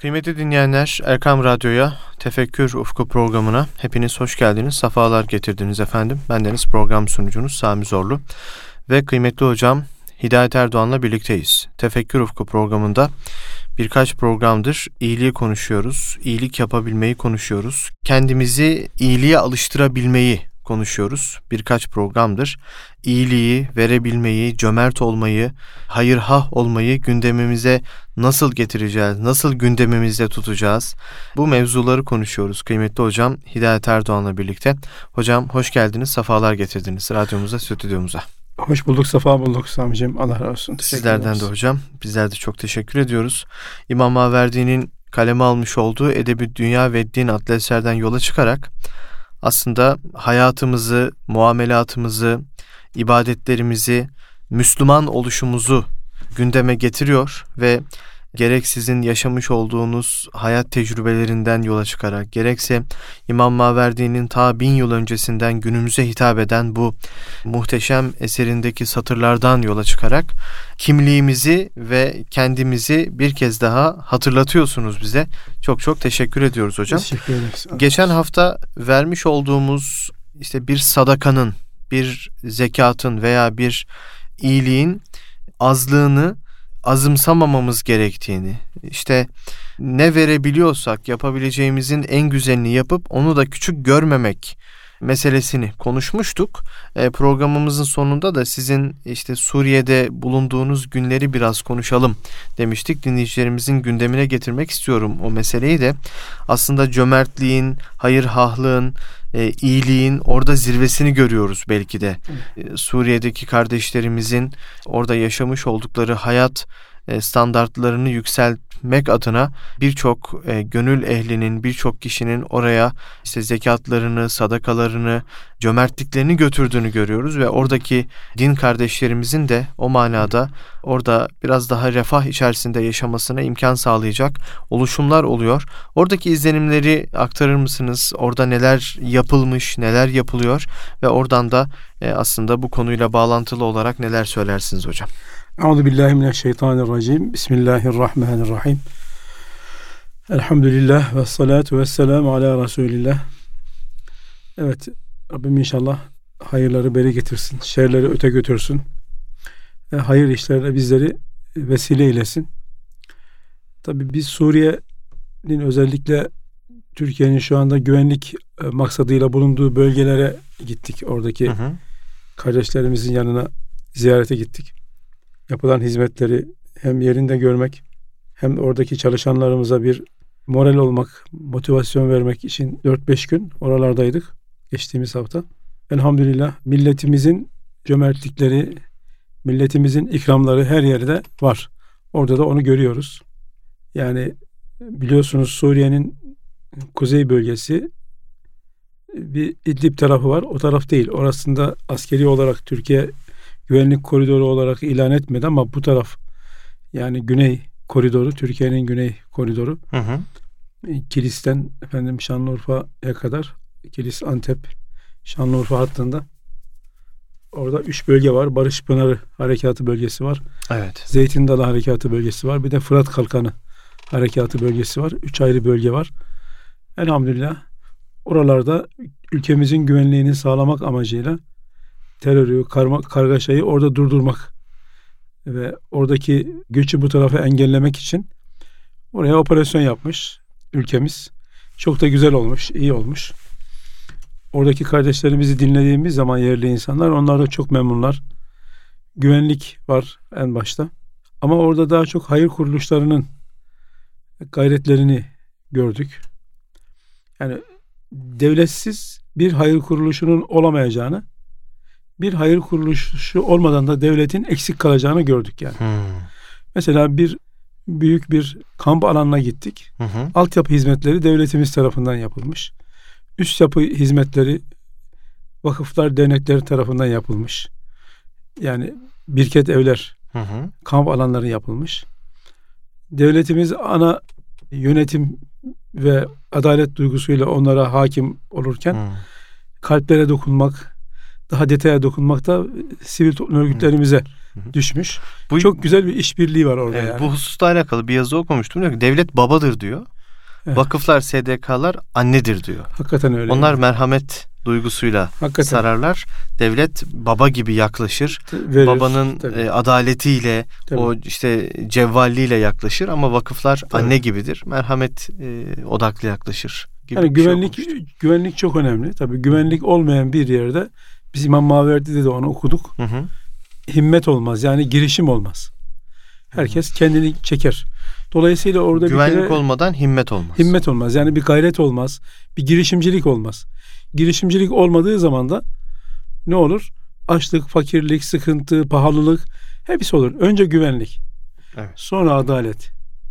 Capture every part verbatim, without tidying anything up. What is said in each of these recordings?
Kıymetli dinleyenler, Erkam Radyo'ya, Tefekkür Ufku programına hepiniz hoş geldiniz, sefalar getirdiniz efendim. Bendeniz program sunucunuz Sami Zorlu ve kıymetli hocam Hidayet Erdoğan'la birlikteyiz. Tefekkür Ufku programında birkaç programdır iyiliği konuşuyoruz, iyilik yapabilmeyi konuşuyoruz, kendimizi iyiliğe alıştırabilmeyi konuşuyoruz. Birkaç programdır iyiliği, verebilmeyi, cömert olmayı, hayırhah olmayı gündemimize nasıl getireceğiz, nasıl gündemimizde tutacağız? Bu mevzuları konuşuyoruz kıymetli hocam Hidayet Erdoğan'la birlikte. Hocam hoş geldiniz, sefalar getirdiniz radyomuza, stüdyomuza. Hoş bulduk, sefa bulduk Sami'ciğim. Allah razı olsun. Sizlerden de hocam. Bizler de çok teşekkür ediyoruz. İmam Maverdi'nin kaleme almış olduğu Edebi Dünya ve Din adlı eserden yola çıkarak aslında hayatımızı, muamelatımızı, ibadetlerimizi, Müslüman oluşumuzu gündeme getiriyor ve gerek sizin yaşamış olduğunuz hayat tecrübelerinden yola çıkarak, gerekse İmam Maverdi'nin ta bin yıl öncesinden günümüze hitap eden bu muhteşem eserindeki satırlardan yola çıkarak kimliğimizi ve kendimizi bir kez daha hatırlatıyorsunuz bize. Çok çok teşekkür ediyoruz hocam. Teşekkür ederiz. Geçen hafta vermiş olduğumuz işte bir sadakanın, bir zekatın veya bir iyiliğin azlığını azımsamamamız gerektiğini, işte ne verebiliyorsak yapabileceğimizin en güzelini yapıp onu da küçük görmemek meselesini konuşmuştuk. E, programımızın sonunda da sizin işte Suriye'de bulunduğunuz günleri biraz konuşalım demiştik. Dinleyicilerimizin gündemine getirmek istiyorum o meseleyi de. Aslında cömertliğin, hayırhahlığın, e, iyiliğin orada zirvesini görüyoruz belki de. E, Suriye'deki kardeşlerimizin orada yaşamış oldukları hayat e, standartlarını yükseltmek adına birçok e, gönül ehlinin, birçok kişinin oraya işte zekatlarını, sadakalarını, cömertliklerini götürdüğünü görüyoruz ve oradaki din kardeşlerimizin de o manada orada biraz daha refah içerisinde yaşamasına imkan sağlayacak oluşumlar oluyor. Oradaki izlenimleri aktarır mısınız? Orada neler yapılmış, neler yapılıyor ve oradan da e, aslında bu konuyla bağlantılı olarak neler söylersiniz hocam? Euzubillahimineşşeytanirracim. Bismillahirrahmanirrahim. Elhamdülillah ve salatu ve selamu ala Resulillah. Evet, Rabbim inşallah hayırları beri getirsin, şerleri öte götürsün. Ve hayır işlerle bizleri vesile eylesin. Tabii biz Suriye'nin özellikle Türkiye'nin şu anda güvenlik maksadıyla bulunduğu bölgelere gittik. Oradaki hı hı. kardeşlerimizin yanına ziyarete gittik. Yapılan hizmetleri hem yerinde görmek hem oradaki çalışanlarımıza bir moral olmak, motivasyon vermek için dört beş gün oralardaydık geçtiğimiz hafta. Elhamdülillah milletimizin cömertlikleri, milletimizin ikramları her yerde var. Orada da onu görüyoruz. Yani biliyorsunuz Suriye'nin kuzey bölgesi bir İdlib tarafı var. O taraf değil. Orasında askeri olarak Türkiye güvenlik koridoru olarak ilan etmedi ama bu taraf yani güney koridoru, Türkiye'nin güney koridoru. Hı hı. Kilis'ten efendim Şanlıurfa'ya kadar, Kilis, Antep, Şanlıurfa hattında orada üç bölge var. Barış Pınarı Harekatı bölgesi var. Evet. Zeytin Dalı Harekatı bölgesi var. Bir de Fırat Kalkanı Harekatı bölgesi var. Üç ayrı bölge var. Elhamdülillah oralarda ülkemizin güvenliğini sağlamak amacıyla terörü, karma, kargaşayı orada durdurmak ve oradaki göçü bu tarafa engellemek için oraya operasyon yapmış ülkemiz. Çok da güzel olmuş, iyi olmuş. Oradaki kardeşlerimizi dinlediğimiz zaman yerli insanlar, onlar da çok memnunlar. Güvenlik var en başta. Ama orada daha çok hayır kuruluşlarının gayretlerini gördük. Yani devletsiz bir hayır kuruluşunun olamayacağını, bir hayır kuruluşu olmadan da devletin eksik kalacağını gördük yani. Hmm. Mesela bir büyük bir kamp alanına gittik. Hı hı. Altyapı hizmetleri devletimiz tarafından yapılmış. Üst yapı hizmetleri vakıflar, dernekler tarafından yapılmış. Yani birket evler, hı hı. kamp alanları yapılmış. Devletimiz ana yönetim ve adalet duygusuyla onlara hakim olurken hı. kalplere dokunmak, daha detaya dokunmak da sivil toplum örgütlerimize düşmüş. Bu, Çok güzel bir işbirliği var orada evet, yani. Bu hususta alakalı bir yazı okumuştum. Diyor ki devlet babadır diyor. Evet. Vakıflar, S D K'lar annedir diyor. Hakikaten öyle. Onlar yani. merhamet duygusuyla Hakikaten. sararlar. Devlet baba gibi yaklaşır. Verir, Babanın e, adaletiyle, tabii. o işte cevvalliğiyle yaklaşır ama vakıflar tabii. anne gibidir. Merhamet e, odaklı yaklaşır. Gibi yani güvenlik şey güvenlik çok önemli. Tabii güvenlik olmayan bir yerde biz İmam Maverdi'de de onu okuduk. Hı hı. Himmet olmaz. Yani girişim olmaz. Herkes hı hı. kendini çeker. Dolayısıyla orada güvenlik bir kere olmadan himmet olmaz. Himmet olmaz. Yani bir gayret olmaz. Bir girişimcilik olmaz. Girişimcilik olmadığı zaman da ne olur? Açlık, fakirlik, sıkıntı, pahalılık hepsi olur. Önce güvenlik. Evet. Sonra adalet.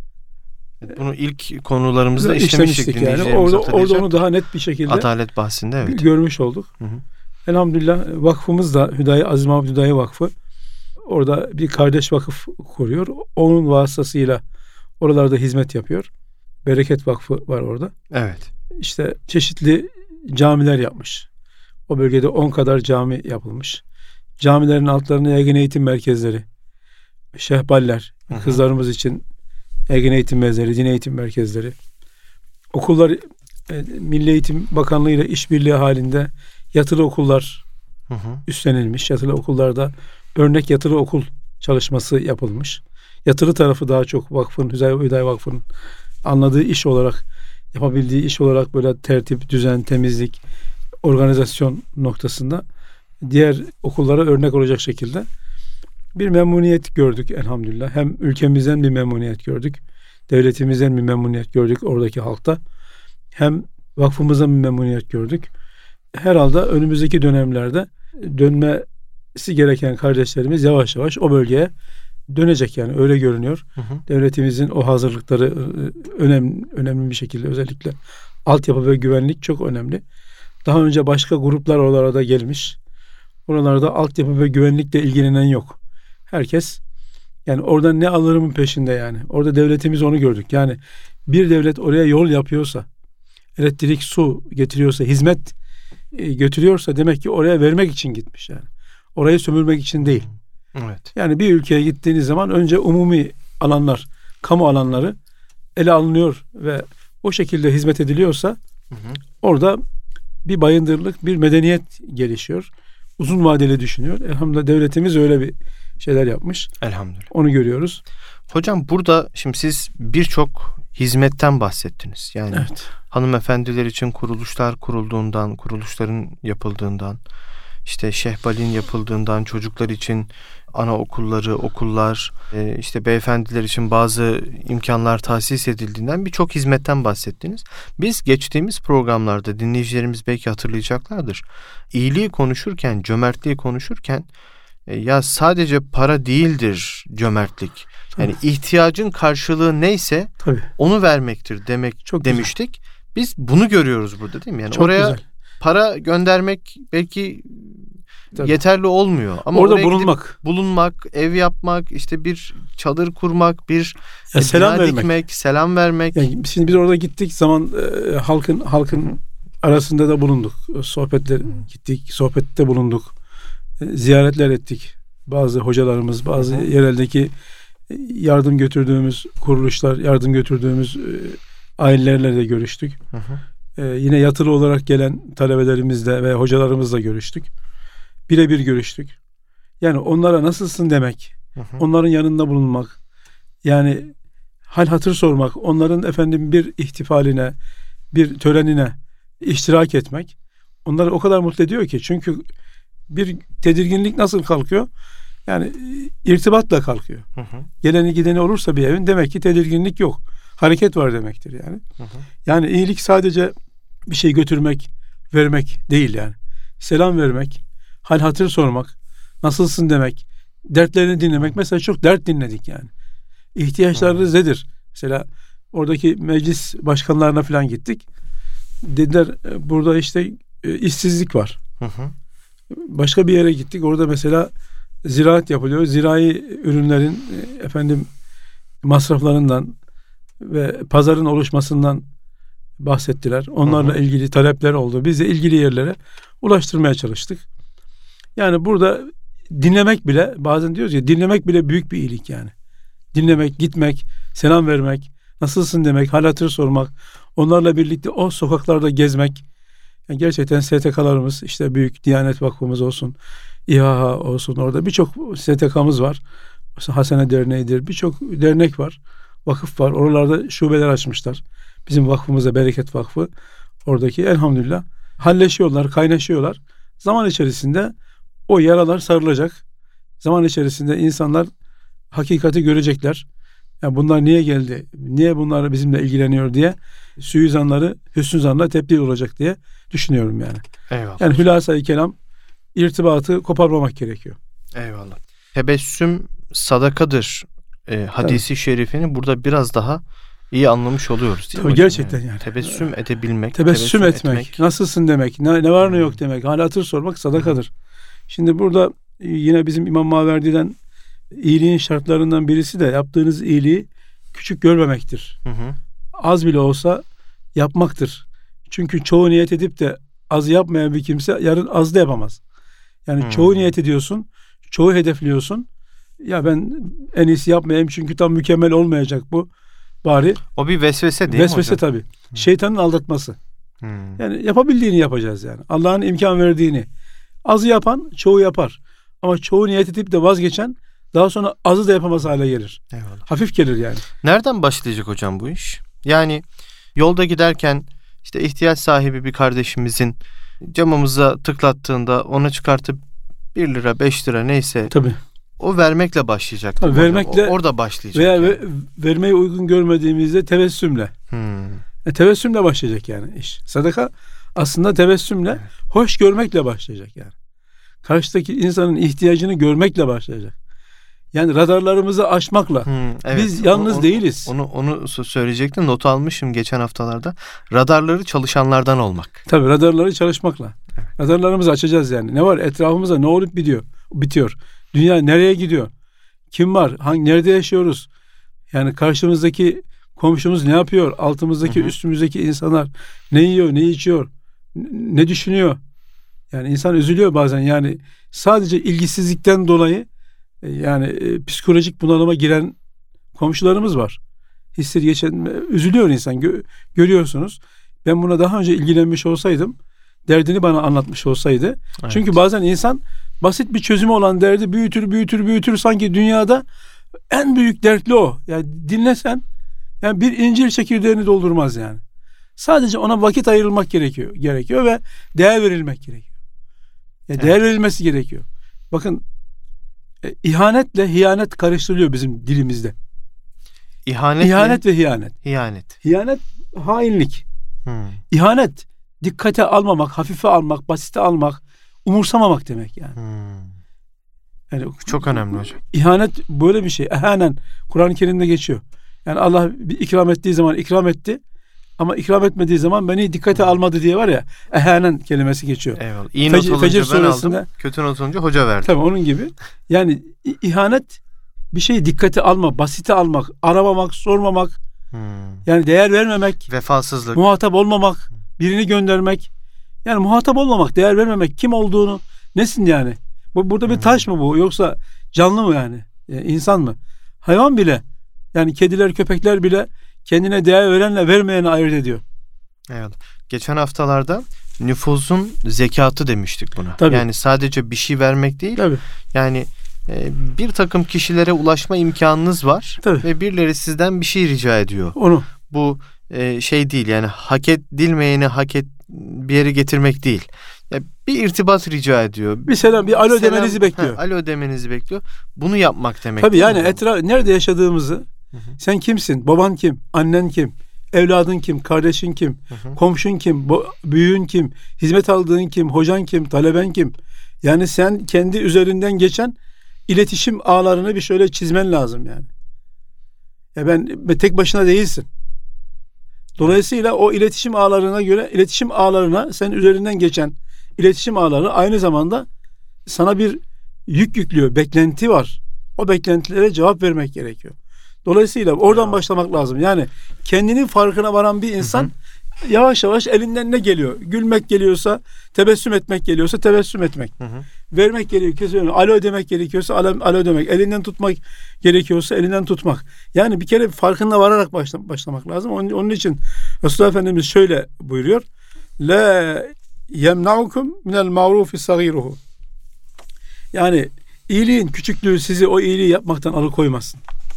Bunu ilk konularımızda işlemiştik, işlemiştik yani. Orada, orada onu daha net bir şekilde adalet bahsinde evet. görmüş olduk. Hı hı. Elhamdülillah vakfımız da Hüdayi Aziz Mahmud Hüdayi Vakfı orada bir kardeş vakıf kuruyor. Onun vasıtasıyla oralarda hizmet yapıyor. Bereket Vakfı var orada. Evet. İşte çeşitli camiler yapmış. O bölgede on kadar cami yapılmış. Camilerin altlarına yaygın eğitim merkezleri, şehballer, hı hı. kızlarımız için yaygın eğitim merkezleri, din eğitim merkezleri. Okullar e, Milli Eğitim Bakanlığı ile işbirliği halinde yatılı okullar hı hı. üstlenilmiş. Yatılı okullarda örnek yatılı okul çalışması yapılmış. Yatılı tarafı daha çok vakfın, Hüdayi Vakfı'nın anladığı iş olarak, yapabildiği iş olarak böyle tertip, düzen, temizlik, organizasyon noktasında diğer okullara örnek olacak şekilde bir memnuniyet gördük elhamdülillah. Hem ülkemizden bir memnuniyet gördük, devletimizden bir memnuniyet gördük oradaki halkta. Hem vakfımızdan bir memnuniyet gördük. Herhalde önümüzdeki dönemlerde dönmesi gereken kardeşlerimiz yavaş yavaş o bölgeye dönecek yani öyle görünüyor. Hı hı. Devletimizin o hazırlıkları önemli önemli bir şekilde özellikle altyapı ve güvenlik çok önemli. Daha önce başka gruplar oralara gelmiş. Oralarda altyapı ve güvenlikle ilgilenen yok. Herkes yani oradan ne alırımın peşinde yani. Orada devletimiz onu gördük. Yani bir devlet oraya yol yapıyorsa, elektrik, su getiriyorsa, hizmet götürüyorsa demek ki oraya vermek için gitmiş yani. Orayı sömürmek için değil. Evet. Yani bir ülkeye gittiğiniz zaman önce umumi alanlar, kamu alanları ele alınıyor ve o şekilde hizmet ediliyorsa hı hı. orada bir bayındırlık, bir medeniyet gelişiyor. Uzun vadeli düşünüyor. Elhamdülillah devletimiz öyle bir şeyler yapmış. Elhamdülillah. Onu görüyoruz. Hocam burada şimdi siz birçok hizmetten bahsettiniz. Yani evet. hanımefendiler için kuruluşlar kurulduğundan, kuruluşların yapıldığından, işte şehbalin yapıldığından, çocuklar için anaokulları, okullar, işte beyefendiler için bazı imkanlar tahsis edildiğinden birçok hizmetten bahsettiniz. Biz geçtiğimiz programlarda dinleyicilerimiz belki hatırlayacaklardır. İyiliği konuşurken, cömertliği konuşurken ya sadece para değildir cömertlik. Yani Tabii. ihtiyacın karşılığı neyse Tabii. onu vermektir demek Çok demiştik. Güzel. Biz bunu görüyoruz burada değil mi? Yani Çok oraya güzel. para göndermek belki Tabii. yeterli olmuyor. Ama orada bulunmak, bulunmak, ev yapmak, işte bir çadır kurmak, bir ya selam vermek, dikmek, selam vermek. Yani şimdi biz orada gittik zaman e, halkın halkın arasında da bulunduk. Sohbetler gittik, sohbette bulunduk. E, ziyaretler ettik. Bazı hocalarımız, bazı Hı-hı. yereldeki yardım götürdüğümüz kuruluşlar, yardım götürdüğümüz e, ailelerle de görüştük. E, yine yatılı olarak gelen talebelerimizle ve hocalarımızla görüştük. Birebir görüştük. Yani onlara nasılsın demek, hı hı. onların yanında bulunmak, yani hal hatır sormak, onların efendim bir ihtifaline, bir törenine iştirak etmek, onları o kadar mutlu ediyor ki. Çünkü bir tedirginlik nasıl kalkıyor? Yani irtibatla kalkıyor. Hı hı. Geleni gideni olursa bir evin demek ki tedirginlik yok. Hareket var demektir yani. Hı hı. Yani iyilik sadece bir şey götürmek, vermek değil yani. Selam vermek, hal hatır sormak, nasılsın demek, dertlerini dinlemek. Mesela çok dert dinledik yani. İhtiyaçlarınız nedir? Mesela oradaki meclis başkanlarına falan gittik. Dediler burada işte işsizlik var. Hı hı. Başka bir yere gittik. Orada mesela ziraat yapılıyor. Zirai ürünlerin efendim masraflarından ve pazarın oluşmasından bahsettiler. Onlarla hı hı. ilgili talepler oldu. Biz de ilgili yerlere ulaştırmaya çalıştık. Yani burada dinlemek bile, bazen diyoruz ya, dinlemek bile büyük bir iyilik yani. Dinlemek, gitmek, selam vermek, nasılsın demek, hal hatır sormak, onlarla birlikte o sokaklarda gezmek. Yani gerçekten S T K'larımız, işte büyük Diyanet Vakfımız olsun, İHA olsun, orada birçok S T K'mız var. Hasene Derneği'dir, birçok dernek var, vakıf var. Oralarda şubeler açmışlar. Bizim vakfımızda Bereket Vakfı, oradaki elhamdülillah halleşiyorlar, kaynaşıyorlar. Zaman içerisinde o yaralar sarılacak. Zaman içerisinde insanlar hakikati görecekler. Yani bunlar niye geldi, niye bunlar bizimle ilgileniyor diye suizanları hüsnü zanla tebdil olacak diye düşünüyorum yani. Eyvallah. Yani hülasa-i kelam, irtibatı koparmamak gerekiyor. Eyvallah. Tebessüm sadakadır e, hadisi Tabii. şerifini burada biraz daha iyi anlamış oluyoruz. Değil Tabii mi gerçekten yani. yani. Tebessüm edebilmek. Tebessüm, tebessüm etmek, etmek. Nasılsın demek, ne, ne var ne yok demek, hal hatır sormak sadakadır. Hmm. Şimdi burada yine bizim İmam Maverdi'den iyiliğin şartlarından birisi de yaptığınız iyiliği küçük görmemektir. Hı hı. Az bile olsa yapmaktır. Çünkü çoğu niyet edip de az yapmayan bir kimse yarın az da yapamaz. Yani hı. çoğu niyet ediyorsun, çoğu hedefliyorsun. Ya ben en iyisi yapmayayım çünkü tam mükemmel olmayacak bu. Bari. O bir vesvese değil vesvese mi hocam? Tabii. Hı. Şeytanın aldatması. Hı. Yani yapabildiğini yapacağız yani. Allah'ın imkan verdiğini. Azı yapan çoğu yapar. Ama çoğu niyet edip de vazgeçen daha sonra azı da yapamaz hale gelir. Eyvallah. Hafif gelir yani. Nereden başlayacak hocam bu iş? Yani yolda giderken işte ihtiyaç sahibi bir kardeşimizin camımıza tıklattığında ona çıkartıp bir lira beş lira neyse Tabii. o vermekle başlayacak. Tabii vermekle, o, orada başlayacak. Veya yani. ve, vermeyi uygun görmediğimizde tebessümle. Hmm. E, tebessümle başlayacak yani iş. Sadaka aslında tebessümle, evet. hoş görmekle başlayacak yani. Karşıdaki insanın ihtiyacını görmekle başlayacak. Yani radarlarımızı aşmakla. Hmm, evet. Biz yalnız onu, değiliz. Onu onu söyleyecektim. Not almışım geçen haftalarda. Radarları çalışanlardan olmak. Tabii radarları çalışmakla. Evet. Radarlarımızı açacağız yani. Ne var etrafımızda, ne olup bitiyor? Bitiyor. Dünya nereye gidiyor? Kim var? Hangi nerede yaşıyoruz? Yani karşımızdaki komşumuz ne yapıyor? Altımızdaki, hı hı. üstümüzdeki insanlar ne yiyor, ne içiyor? Ne düşünüyor? Yani insan üzülüyor bazen. Yani sadece ilgisizlikten dolayı yani e, psikolojik bunalıma giren komşularımız var. Hisleri geçen üzülüyor insan. Gö- görüyorsunuz. Ben buna daha önce ilgilenmiş olsaydım, derdini bana anlatmış olsaydı. Evet. Çünkü bazen insan basit bir çözümü olan derdi büyütür, büyütür, büyütür. Sanki dünyada en büyük dertli o. Yani dinlesen yani bir incir çekirdeğini doldurmaz yani. Sadece ona vakit ayrılmak gerekiyor, gerekiyor ve değer verilmek gerekiyor. Yani evet. Değer verilmesi gerekiyor. Bakın e, ihanetle hiyanet karıştırılıyor bizim dilimizde. İhanet, İhanet ve hiyanet. Hiyanet. Hiyanet hainlik. Hmm. İhanet dikkate almamak, hafife almak, basite almak, umursamamak demek yani. Hmm. Yani çok önemli hocam. İhanet böyle bir şey. Ehanen Kur'an-ı Kerim'de geçiyor. Yani Allah bir ikram ettiği zaman ikram etti. Ama ikram etmediği zaman beni dikkate almadı diye var ya, ehanen kelimesi geçiyor. Eyvallah. İyi not olunca Fecir ben suresinde, aldım, kötü not olunca hoca verdi. Tabii onun gibi. Yani ihanet bir şeyi dikkate alma, basite almak, aramamak, sormamak, hmm. yani değer vermemek, vefasızlık, muhatap olmamak, birini göndermek. Yani muhatap olmamak, değer vermemek, kim olduğunu, nesin yani? Bu burada bir taş mı bu, yoksa canlı mı yani? yani insan mı? Hayvan bile, yani kediler, köpekler bile kendine değer verenle vermeyeni ayırt ediyor. Evet. Geçen haftalarda nüfuzun zekatı demiştik buna. Tabii. Yani sadece bir şey vermek değil. Tabii. Yani e, bir takım kişilere ulaşma imkanınız var. Tabii. Ve birileri sizden bir şey rica ediyor. Onu. Bu e, şey değil yani hak edilmeyeni hak et bir yere getirmek değil. Yani bir irtibat rica ediyor. Bir selam, bir alo selam, demenizi bekliyor. Ha, alo demenizi bekliyor. Bunu yapmak demek. Tabii yani etraf nerede yaşadığımızı, hı hı. sen kimsin, baban kim, annen kim, evladın kim, kardeşin kim, hı hı. komşun kim, büyüğün kim, hizmet aldığın kim, hocan kim, taleben kim? Yani sen kendi üzerinden geçen iletişim ağlarını bir şöyle çizmen lazım yani. Ya ben tek başına değilsin. Dolayısıyla o iletişim ağlarına göre, iletişim ağlarına sen üzerinden geçen iletişim ağları aynı zamanda sana bir yük yüklüyor, beklenti var. O beklentilere cevap vermek gerekiyor. Dolayısıyla oradan ya. başlamak lazım. Yani kendinin farkına varan bir insan, hı hı. yavaş yavaş elinden ne geliyor? Gülmek geliyorsa, tebessüm etmek geliyorsa tebessüm etmek. Hı hı. Vermek gerekiyorsa, alo demek gerekiyorsa alo, alo demek. Elinden tutmak gerekiyorsa elinden tutmak. Yani bir kere farkına vararak başla, başlamak lazım. Onun, onun için Resulullah Efendimiz şöyle buyuruyor. La yemna'ukum minel ma'rufi sagiruhu. Yani iyiliğin küçüklüğü sizi o iyiliği yapmaktan alıkoymasın.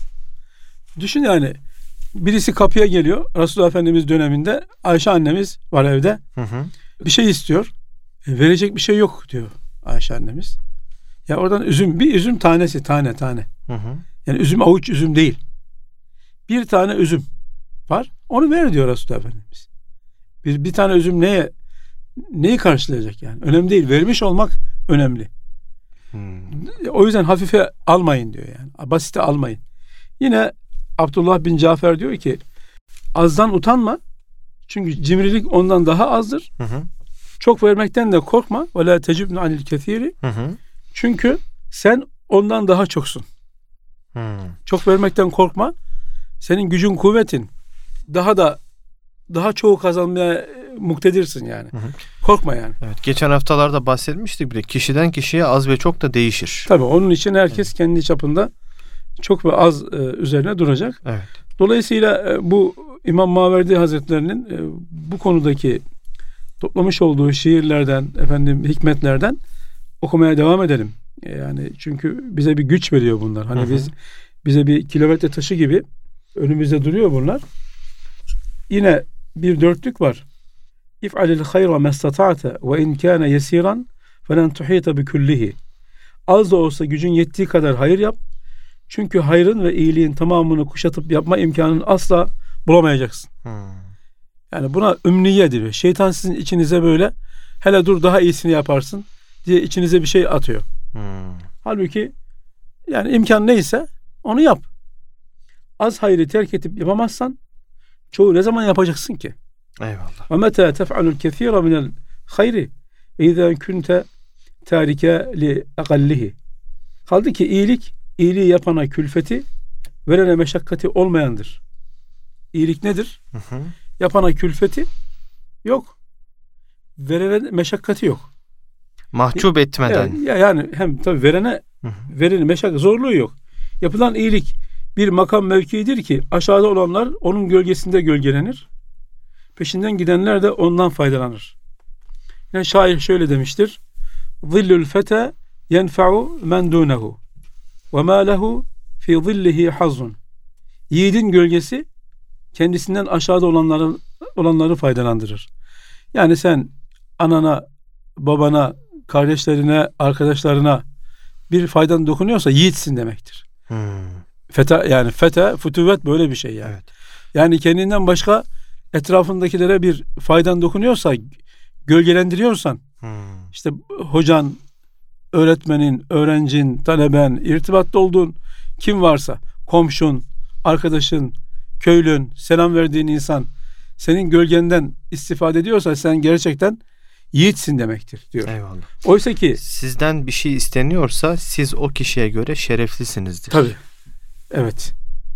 Düşün yani, birisi kapıya geliyor. Resulullah Efendimiz döneminde Ayşe annemiz var evde. Hı hı. Bir şey istiyor. E, verecek bir şey yok diyor Ayşe annemiz. Ya oradan üzüm, bir üzüm tanesi, tane tane. Hı hı. Yani üzüm avuç üzüm değil. Bir tane üzüm var. Onu ver diyor Resulullah Efendimiz. Bir, bir tane üzüm neye neyi karşılayacak yani? Önemli değil. Vermiş olmak önemli. Hmm. O yüzden hafife almayın diyor yani. Basite almayın. Yine Abdullah bin Cafer diyor ki azdan utanma. Çünkü cimrilik ondan daha azdır. Hı hı. Çok vermekten de korkma. Ve la tecibne anil kethiri. Çünkü sen ondan daha çoksun. Hı. Çok vermekten korkma. Senin gücün, kuvvetin daha da daha çoğu kazanmaya muktedirsin yani. Hı hı. Korkma yani. Evet, geçen haftalarda bahsetmiştik bile. Kişiden kişiye az ve çok da değişir. Tabii onun için herkes evet. kendi çapında çok ve az e, üzerine duracak. Evet. Dolayısıyla e, bu İmam Maverdi Hazretlerinin e, bu konudaki toplamış olduğu şiirlerden, efendim hikmetlerden okumaya devam edelim. E, yani çünkü bize bir güç veriyor bunlar. Hani hı hı. biz bize bir kilometre taşı gibi önümüzde duruyor bunlar. Yine bir dörtlük var. İf'alil hayra mestata'te ve in kana yesiran felen tuhita bi kullihi. Az da olsa gücün yettiği kadar hayır yap. Çünkü hayrın ve iyiliğin tamamını kuşatıp yapma imkanını asla bulamayacaksın. Hmm. Yani buna ümniye diyor. Şeytan sizin içinize böyle hele dur daha iyisini yaparsın diye içinize bir şey atıyor. Hmm. Halbuki yani imkan neyse onu yap. Az hayrı terk edip yapamazsan çoğu ne zaman yapacaksın ki? Eyvallah. Ve meta tef'alul kethira minel hayri izâ kunte tarike li akallihi. Kaldı ki iyilik, iyiliği yapana külfeti, verene meşakkati olmayandır. İyilik nedir? Hı hı. Yapana külfeti yok. Verene meşakkati yok. Mahcup etmeden. Yani, yani hem tabii verene hı hı. verene meşakkat zorluğu yok. Yapılan iyilik bir makam mevkiidir ki aşağıda olanlar onun gölgesinde gölgelenir. Peşinden gidenler de ondan faydalanır. Yani şair şöyle demiştir. Zillul fete yenfa'u men dunehu ve ma lehu fi zillihi hazun. Yiğidin gölgesi kendisinden aşağıda olanların olanları faydalandırır. Yani sen anana, babana, kardeşlerine, arkadaşlarına bir faydan dokunuyorsa yiğitsin demektir. Hmm. Feta yani fete, fütüvet böyle bir şey yani. Evet. Yani kendinden başka etrafındakilere bir faydan dokunuyorsa, gölgelendiriyorsan, hmm. işte hocan, öğretmenin, öğrencin, taleben, irtibatta olduğun kim varsa, komşun, arkadaşın, köylün, selam verdiğin insan senin gölgenden istifade ediyorsa sen gerçekten yiğitsin demektir diyor. Eyvallah. Oysa ki sizden bir şey isteniyorsa siz o kişiye göre şereflisinizdir. Tabii. Evet.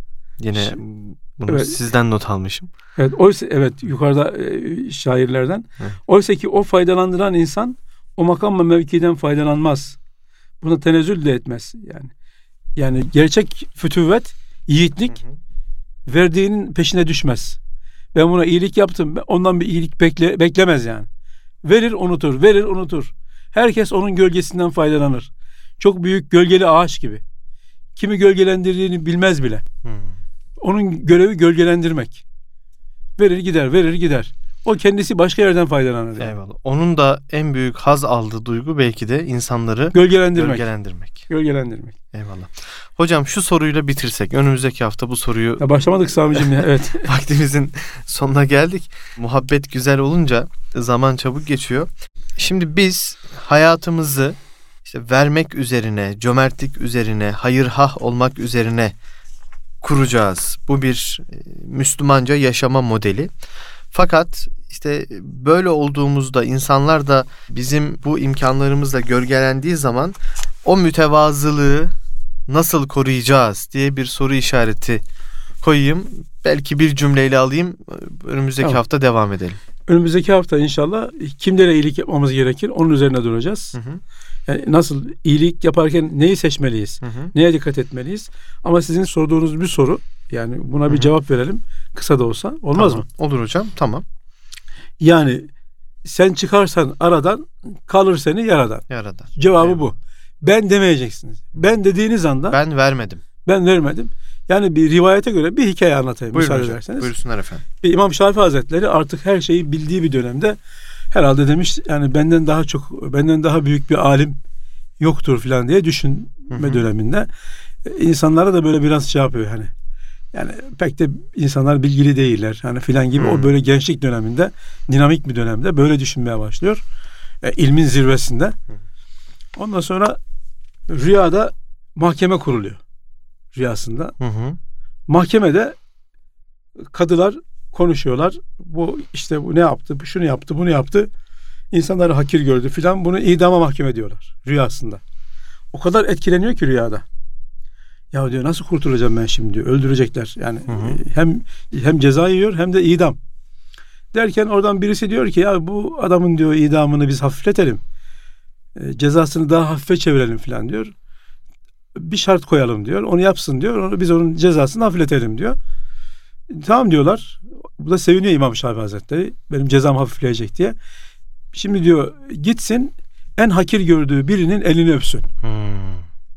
Yine bunu evet. sizden not almışım. Evet, oysa evet yukarıda e, şairlerden. Evet. Oysa ki o faydalandıran insan o makam ve mevkiden faydalanmaz. Buna tenezzül de etmez yani. Yani gerçek fütüvvet, yiğitlik hı hı. verdiğinin peşine düşmez. Ben buna iyilik yaptım. Ondan bir iyilik bekle, beklemez yani. Verir unutur, verir unutur. Herkes onun gölgesinden faydalanır. Çok büyük gölgeli ağaç gibi. Kimi gölgelendirdiğini bilmez bile. Hmm. Onun görevi gölgelendirmek. Verir gider, verir gider. O kendisi başka yerden faydalanır. Yani. Eyvallah. Onun da en büyük haz aldığı duygu belki de insanları gölgelendirmek. Gölgelendirmek. Gölgelendirmek. Eyvallah. Hocam şu soruyla bitirsek. Önümüzdeki hafta bu soruyu... Ya başlamadık Sami'cim ya. Evet. Vaktimizin sonuna geldik. Muhabbet güzel olunca zaman çabuk geçiyor. Şimdi biz hayatımızı işte vermek üzerine, cömertlik üzerine, hayırhah olmak üzerine kuracağız. Bu bir Müslümanca yaşama modeli. Fakat işte böyle olduğumuzda insanlar da bizim bu imkanlarımızla gölgelendiği zaman o mütevazılığı nasıl koruyacağız diye bir soru işareti koyayım. Belki bir cümleyle alayım. Önümüzdeki Tamam. hafta devam edelim. Önümüzdeki hafta inşallah kimlere iyilik yapmamız gerekir onun üzerine duracağız. Hı hı. Yani nasıl iyilik yaparken neyi seçmeliyiz? Hı hı. Neye dikkat etmeliyiz? Ama sizin sorduğunuz bir soru, yani buna Hı bir hı. cevap verelim. Kısa da olsa. Olmaz Tamam. mı? Olur hocam. Tamam. Yani sen çıkarsan aradan, kalır seni yaradan. Yaradan. Cevabı Evet. bu. Ben demeyeceksiniz. Ben dediğiniz anda ben, Ben vermedim. vermedim. Yani bir rivayete göre bir hikaye anlatayım Buyurun müsaade hocam. ederseniz. Buyursunlar efendim. İmam Şafii Hazretleri artık her şeyi bildiği bir dönemde herhalde demiş, yani benden daha çok, benden daha büyük bir alim yoktur falan diye düşünme Hı hı. döneminde. İnsanlara da böyle biraz şey yapıyor hani. Yani pek de insanlar bilgili değiller. Hani filan gibi. Hı. O böyle gençlik döneminde, dinamik bir dönemde böyle düşünmeye başlıyor. E, ilmin zirvesinde. Ondan sonra rüyada mahkeme kuruluyor. Rüyasında. Hı hı. Mahkemede kadılar konuşuyorlar. Bu işte bu ne yaptı, bu şunu yaptı, bunu yaptı. İnsanları hakir gördü filan. Bunu idama mahkum ediyorlar rüyasında. O kadar etkileniyor ki rüyada. Ya diyor, nasıl kurtulacağım ben şimdi diyor. Öldürecekler. Yani Hı hı. hem hem ceza yiyor hem de idam. Derken oradan birisi diyor ki ya bu adamın diyor idamını biz hafifletelim. E, cezasını daha hafife çevirelim filan diyor. Bir şart koyalım diyor. Onu yapsın diyor. Onu, biz onun cezasını hafifletelim diyor. Tamam diyorlar. Bu da seviniyor İmam Şafii Hazretleri. Benim cezam hafifleyecek diye. Şimdi diyor gitsin en hakir gördüğü birinin elini öpsün. Hmm.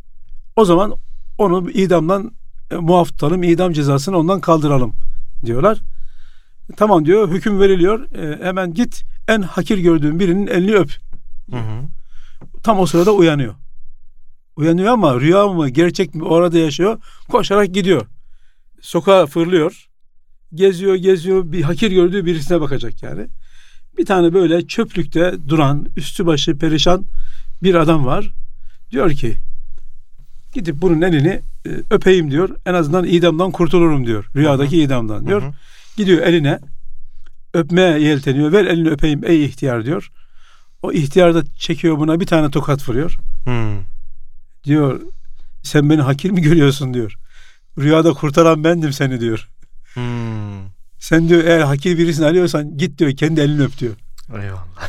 O zaman onu idamdan e, muaf tutalım, idam cezasını ondan kaldıralım diyorlar. Tamam diyor, hüküm veriliyor. E, hemen git en hakir gördüğün birinin elini öp. Hı hı. Tam o sırada uyanıyor. Uyanıyor ama rüya mı gerçek mi orada yaşıyor. Koşarak gidiyor. Sokağa fırlıyor. Geziyor geziyor bir hakir gördüğü birisine bakacak yani. Bir tane böyle çöplükte duran üstü başı perişan bir adam var. Diyor ki gidip bunun elini e, öpeyim diyor. En azından idamdan kurtulurum diyor. Rüyadaki Hı hı. idamdan diyor. Hı hı. Gidiyor eline öpmeye yelteniyor. Ver elini öpeyim ey ihtiyar diyor. O ihtiyar da çekiyor buna bir tane tokat vuruyor. Hmm. Diyor sen beni hakir mi görüyorsun diyor. Rüyada kurtaran bendim seni diyor. Hmm. Sen diyor eğer hakir birisini arıyorsan git diyor kendi elini öp diyor. Eyvallah.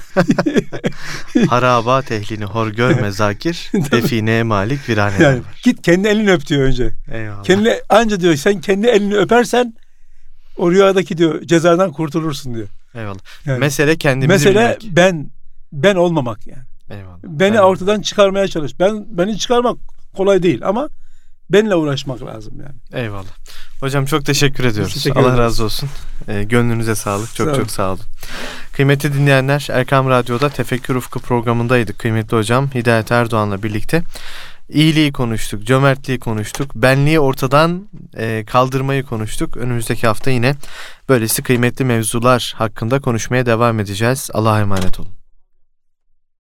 Harabat ehlini hor görme zakir, defineye malik virane Yani var. git kendi elini öp diyor önce. Eyvallah. Kendi, anca diyor sen kendi elini öpersen o rüyadaki diyor cezadan kurtulursun diyor. Eyvallah. Yani, Mesele kendimizi mesele bilmek. ben ben olmamak yani. Eyvallah. Beni Ben- ortadan çıkarmaya çalış. Ben beni çıkarmak kolay değil ama benimle uğraşmak lazım yani. Eyvallah. Hocam çok teşekkür ediyoruz. teşekkür Allah ederiz. razı olsun. Ee, gönlünüze sağlık. Çok Sağ olun. çok sağ olun. Kıymetli dinleyenler, Erkam Radyo'da Tefekkür Ufku programındaydık. Kıymetli hocam Hidayet Erdoğan'la birlikte iyiliği konuştuk, cömertliği konuştuk, benliği ortadan e, kaldırmayı konuştuk. Önümüzdeki hafta yine böylesi kıymetli mevzular hakkında konuşmaya devam edeceğiz. Allah'a emanet olun.